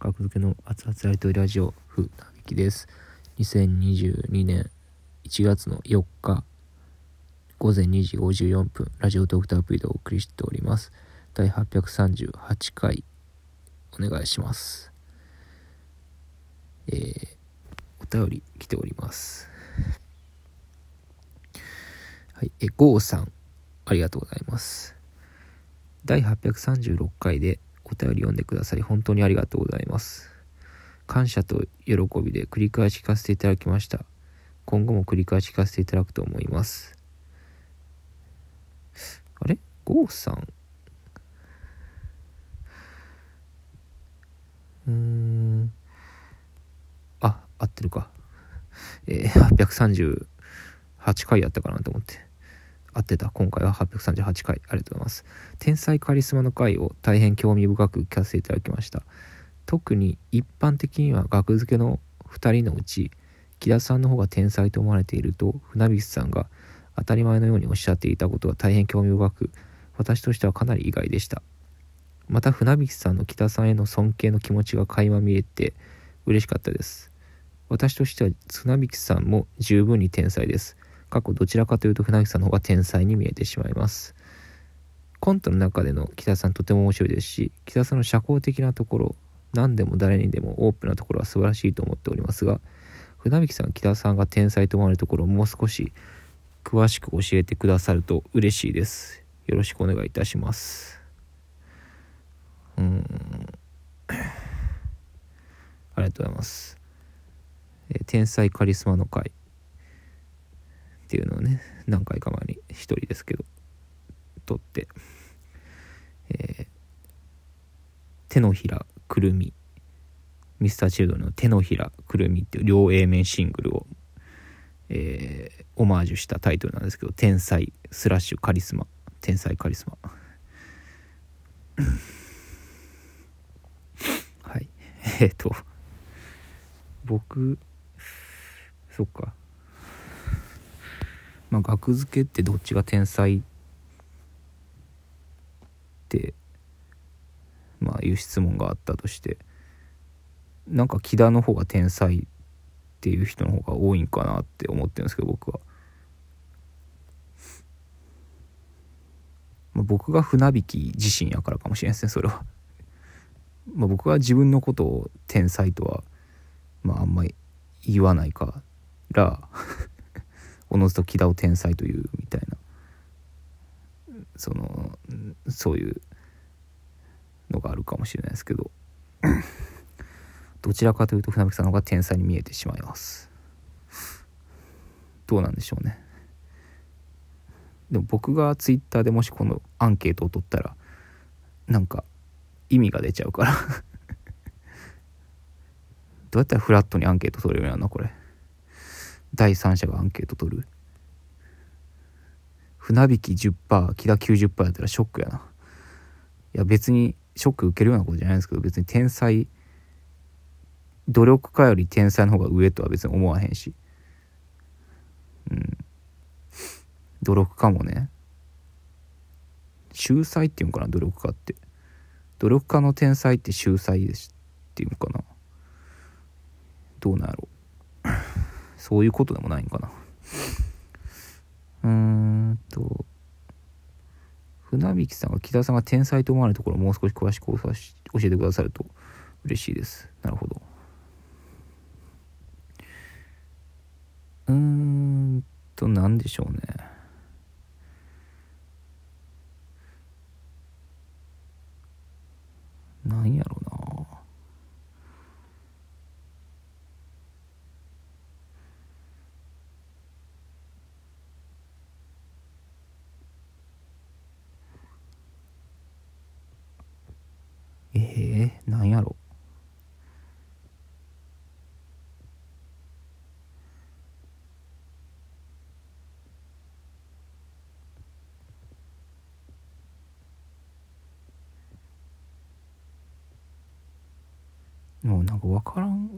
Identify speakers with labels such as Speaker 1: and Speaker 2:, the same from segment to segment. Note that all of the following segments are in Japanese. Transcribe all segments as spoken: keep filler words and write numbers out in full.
Speaker 1: 学付けの熱々ライトラジオ風なびきです。にせんにじゅうにねんいちがつのよっかごぜんにじごじゅうよんぷん、ラジオトークターアプリでお送りしております。だいはっぴゃくさんじゅうはちかいお願いします。えー、お便り来ております。はい、えゴーさん、ありがとうございます。だいはっぴゃくさんじゅうろっかいでお便り読んでくださり本当にありがとうございます。感謝と喜びで繰り返し聞かせていただきました。今後も繰り返し聞かせていただくと思います。あれゴーさん、うーんあ、合ってるか。えー、はっぴゃくさんじゅうはちかいやったかなと思って。合ってた。今回ははっぴゃくさんじゅうはちかい。ありがとうございます。天才カリスマの回を大変興味深く聞かせていただきました。特に一般的には学付けのふたりのうち木田さんの方が天才と思われていると船引さんが当たり前のようにおっしゃっていたことは大変興味深く、私としてはかなり意外でした。また船引さんの木田さんへの尊敬の気持ちが垣間見えて嬉しかったです。私としては船引さんも十分に天才です。過去どちらかというと船引さんの方が天才に見えてしまいます。コントの中での木田さんとても面白いですし、木田さんの社交的なところ、何でも誰にでもオープンなところは素晴らしいと思っておりますが、船引さん、木田さんが天才と思われるところをもう少し詳しく教えてくださると嬉しいです。よろしくお願いいたします。うーんありがとうございます。えー、天才カリスマの会っていうのをね、何回か前に一人ですけど撮って、えー、手のひらくるみ、ミスターチルドレンの手のひらくるみっていう両 A 面シングルを、えー、オマージュしたタイトルなんですけど、天才スラッシュカリスマ、天才カリスマはいえっと僕そっかまあ学付けってどっちが天才ってまあいう質問があったとして、なんか木田の方が天才っていう人の方が多いんかなって思ってるんですけど、僕は、まあ、僕が船引自身やからかもしれないですね、それはまあ僕は自分のことを天才とはまああんまり言わないからおのずと木田を天才というみたいな、そのそういうのがあるかもしれないですけどどちらかというと船引さんの方が天才に見えてしまいます。どうなんでしょうね。でも僕がツイッターでもしこのアンケートを取ったらなんか意味が出ちゃうからどうやったらフラットにアンケート取れるようになるのこれ。第三者がアンケート取る。船引 じゅっパーセント 木田 きゅうじゅっパーセント やったらショックやな。いや別にショック受けるようなことじゃないんですけど、別に天才努力家より天才の方が上とは別に思わへんし、うん、努力家もね、秀才っていうのかな、努力家って努力家の天才って秀才ですっていうのかな、どうなんやろうそういうことでもないんかな。うーんと船引さんが木田さんが天才と思われるところをもう少し詳しく教えてくださると嬉しいです。なるほど。うーんと何でしょうね。なんやろうな。えー、なんやろもうなんか分からん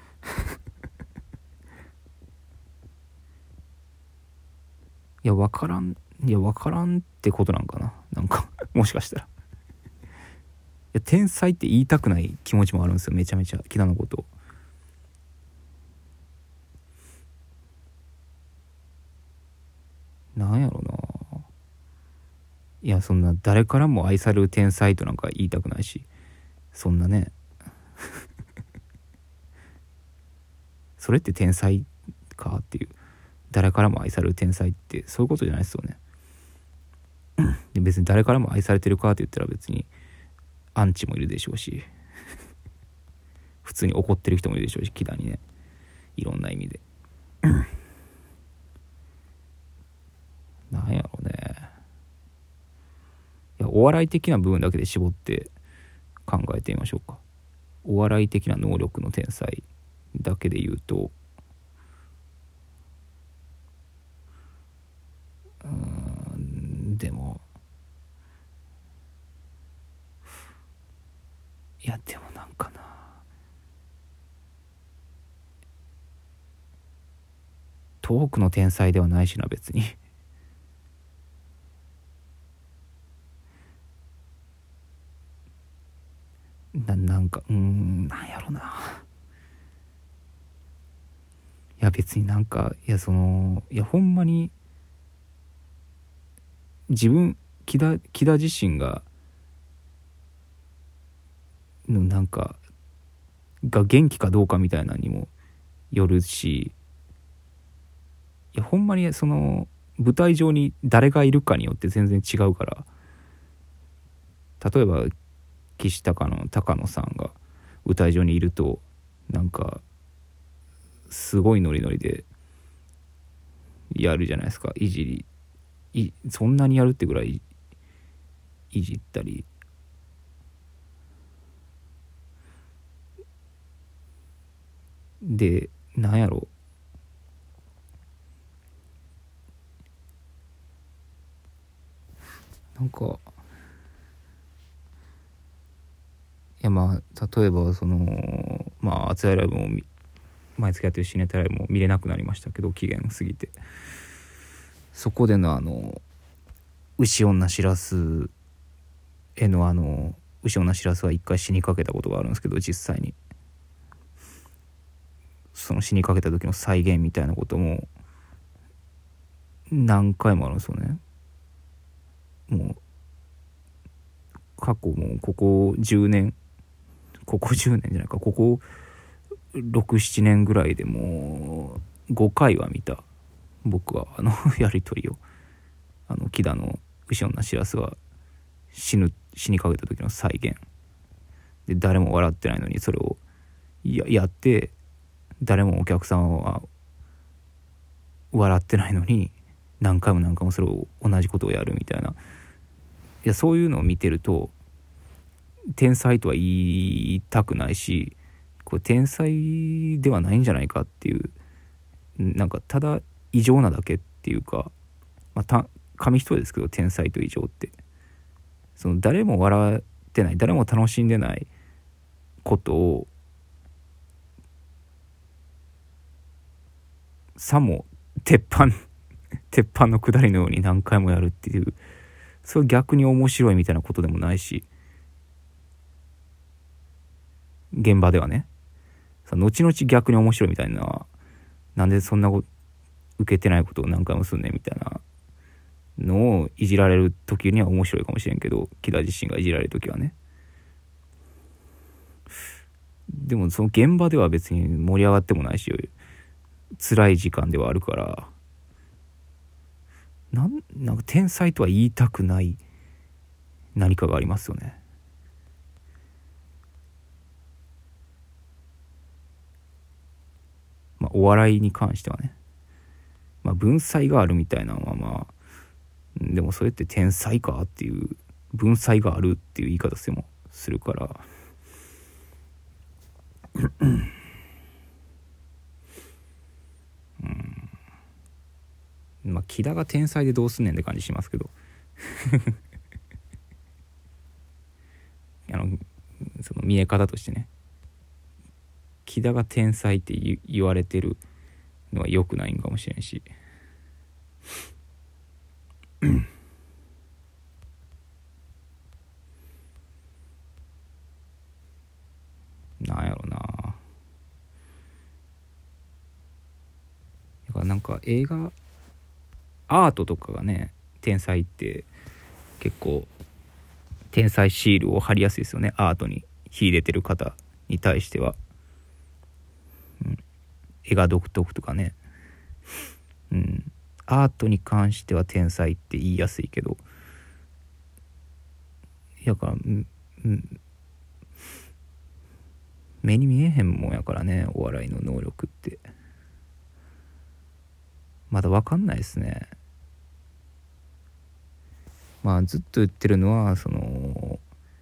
Speaker 1: いや分からんいや分からんってことなんかな、なんかもしかしたらや天才って言いたくない気持ちもあるんですよ、めちゃめちゃ木田のこと。なんやろな。いやそんな誰からも愛される天才となんか言いたくないし、そんなねそれって天才かっていう、誰からも愛される天才ってそういうことじゃないですよね。で別に誰からも愛されてるかって言ったら別にアンチもいるでしょうし普通に怒ってる人もいるでしょうし、木田にね、いろんな意味でなんやろうね。いやお笑い的な部分だけで絞って考えてみましょうか。お笑い的な能力の天才だけで言うと、うーんでもいやでもなんかな、トークの天才ではないしな別にななんかうーんなんやろな。いや別になんかいやそのいやほんまに自分木田木田自身がのなんかが元気かどうかみたいなのにもよるし、いやほんまにその舞台上に誰がいるかによって全然違うから、例えば岸高野高野さんが舞台上にいるとなんかすごいノリノリでやるじゃないですか。いじりいそんなにやるってぐらいいじったり、でなんやろなんかいやまあ例えばそのまあ熱いライブも毎月やってるシネタライブも見れなくなりましたけど、期限過ぎて、そこでのあの牛女しらすへのあの牛女しらすは一回死にかけたことがあるんですけど、実際にその死にかけた時の再現みたいなことも何回もあるんですよね。もう過去もうここじゅうねんここじゅうねんじゃないかこころく、ななねんぐらいでもうごかいは見た、僕はあのやり取りを。あの木田の牛女しらすは死ぬ死にかけた時の再現で、誰も笑ってないのにそれを や, やって誰もお客さんは笑ってないのに何回も何回もそれを同じことをやるみたいな、いやそういうのを見てると天才とは言いたくないし、これ天才ではないんじゃないかっていう、なんかただ異常なだけっていうか、まあ、た紙一重ですけど天才と異常ってその誰も笑ってない誰も楽しんでないことをさも鉄板鉄板の下りのように何回もやるっていう、それ逆に面白いみたいなことでもないし、現場ではねさ後々逆に面白いみたいな、なんでそんなこと受けてないことを何回もすんねんみたいなのをいじられる時には面白いかもしれんけど、木田自身がいじられる時はね。でもその現場では別に盛り上がってもないし辛い時間ではあるから、なんなんか天才とは言いたくない何かがありますよね。まあお笑いに関してはね、まあ文才があるみたいなのはまあでもそれって天才かっていう、文才があるっていう言い方でもするからうんまあ木田が天才でどうすんねんって感じしますけどあのその見え方としてね、木田が天才って言言われてるのは良くないんかもしれんしなんか映画アートとかがね、天才って結構天才シールを貼りやすいですよね。アートに秀でてる方に対しては、うん、絵が独特とかね、うん、アートに関しては天才って言いやすいけど、やから、うんうん、目に見えへんもんやからね、お笑いの能力ってまだ分かんないですね。まあずっと言ってるのは、その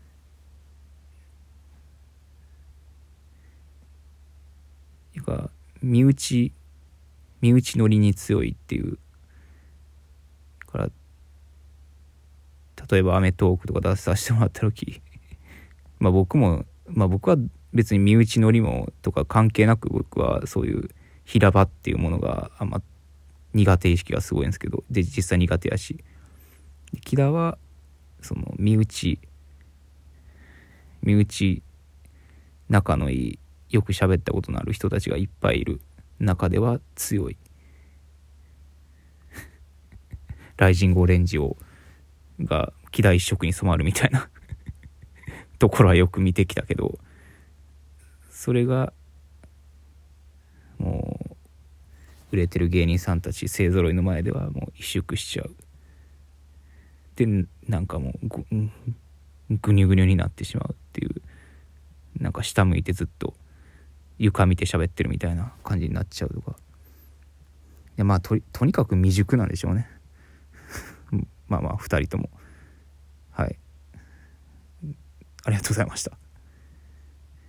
Speaker 1: いうか身内身内乗りに強いっていうから、例えば『アメトーーク』とか出させてもらった時まあ僕もまあ僕は別に身内乗りもとか関係なく、僕はそういう平場っていうものがあんま苦手意識がすごいんですけど、で実際苦手やし、木田はその身内身内仲のいい、よく喋ったことのある人たちがいっぱいいる中では強いライジングオレンジをが木田一色に染まるみたいなところはよく見てきたけど、それがもう売れてる芸人さんたち勢ぞろいの前ではもう萎縮しちゃう。でなんかもう ぐ, ぐにゅぐにゅになってしまうっていう、なんか下向いてずっと床見て喋ってるみたいな感じになっちゃうとか。いやまあ と, とにかく未熟なんでしょうねまあまあふたりとも。はい、ありがとうございました。